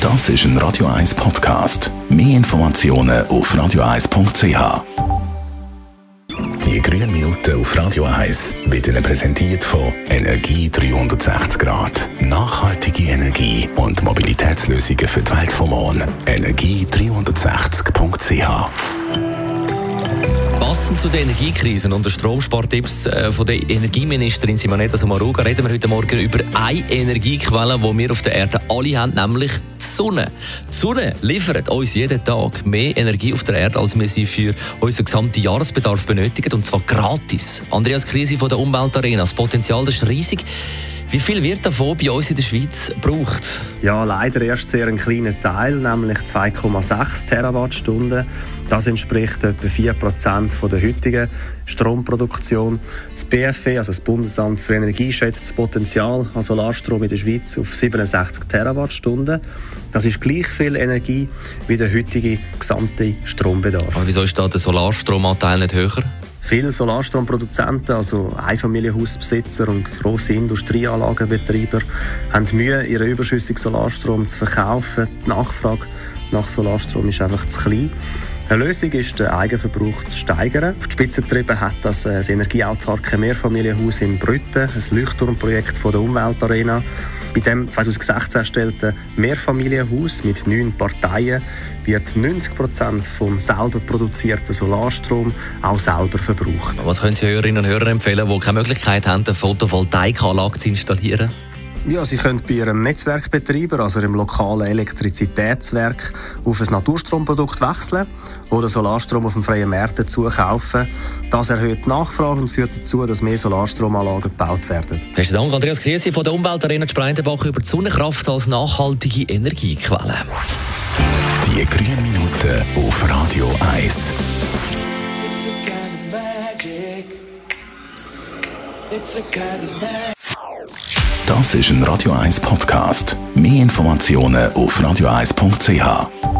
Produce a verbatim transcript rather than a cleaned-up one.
Das ist ein Radio eins Podcast. Mehr Informationen auf radio eins punkt c h. Die grünen Minuten auf Radio eins werden Ihnen präsentiert von Energie dreihundertsechzig Grad. Nachhaltige Energie und Mobilitätslösungen für die Welt vom Morgen. energie dreihundertsechzig punkt c h. Passend zu den Energiekrisen und den Stromspartipps von der Energieministerin Simonetta Sommaruga reden wir heute Morgen über eine Energiequelle, die wir auf der Erde alle haben, nämlich die Sonne. Die Sonne liefert uns jeden Tag mehr Energie auf der Erde, als wir sie für unseren gesamten Jahresbedarf benötigen, und zwar gratis. Andreas Krise von der Umweltarena, das Potenzial ist riesig. Wie viel wird davon bei uns in der Schweiz gebraucht? Ja, leider erst sehr ein kleiner Teil, nämlich zwei Komma sechs Terawattstunden. Das entspricht etwa vier Prozent der heutigen Stromproduktion. Das B F E, also das Bundesamt für Energie, schätzt das Potenzial an Solarstrom in der Schweiz auf siebenundsechzig Terawattstunden. Das ist gleich viel Energie wie der heutige gesamte Strombedarf. Aber wieso ist da der Solarstromanteil nicht höher? Viele Solarstromproduzenten, also Einfamilienhausbesitzer und grosse Industrieanlagenbetreiber, haben Mühe, ihren überschüssigen Solarstrom zu verkaufen. Die Nachfrage nach Solarstrom ist einfach zu klein. Eine Lösung ist, den Eigenverbrauch zu steigern. Auf die Spitze getrieben hat das, das energieautarke Mehrfamilienhaus in Brütten, ein Leuchtturmprojekt von der Umweltarena. Bei dem zweitausendsechzehn erstellten Mehrfamilienhaus mit neun Parteien wird neunzig Prozent vom selber produzierten Solarstrom auch selber verbraucht. Was können Sie Hörerinnen und Hörern empfehlen, die keine Möglichkeit haben, eine Photovoltaikanlage zu installieren? Ja, Sie können bei Ihrem Netzwerkbetreiber, also Ihrem lokalen Elektrizitätswerk, auf ein Naturstromprodukt wechseln oder Solarstrom auf dem freien Markt dazu kaufen. Das erhöht die Nachfrage und führt dazu, dass mehr Solarstromanlagen gebaut werden. Besten Dank, Andreas Krise von der Umweltarena Spreitenbach über die Sonnenkraft als nachhaltige Energiequelle. Die grünen Minuten auf Radio eins. Das ist ein Radio eins Podcast. Mehr Informationen auf radio eins punkt c h.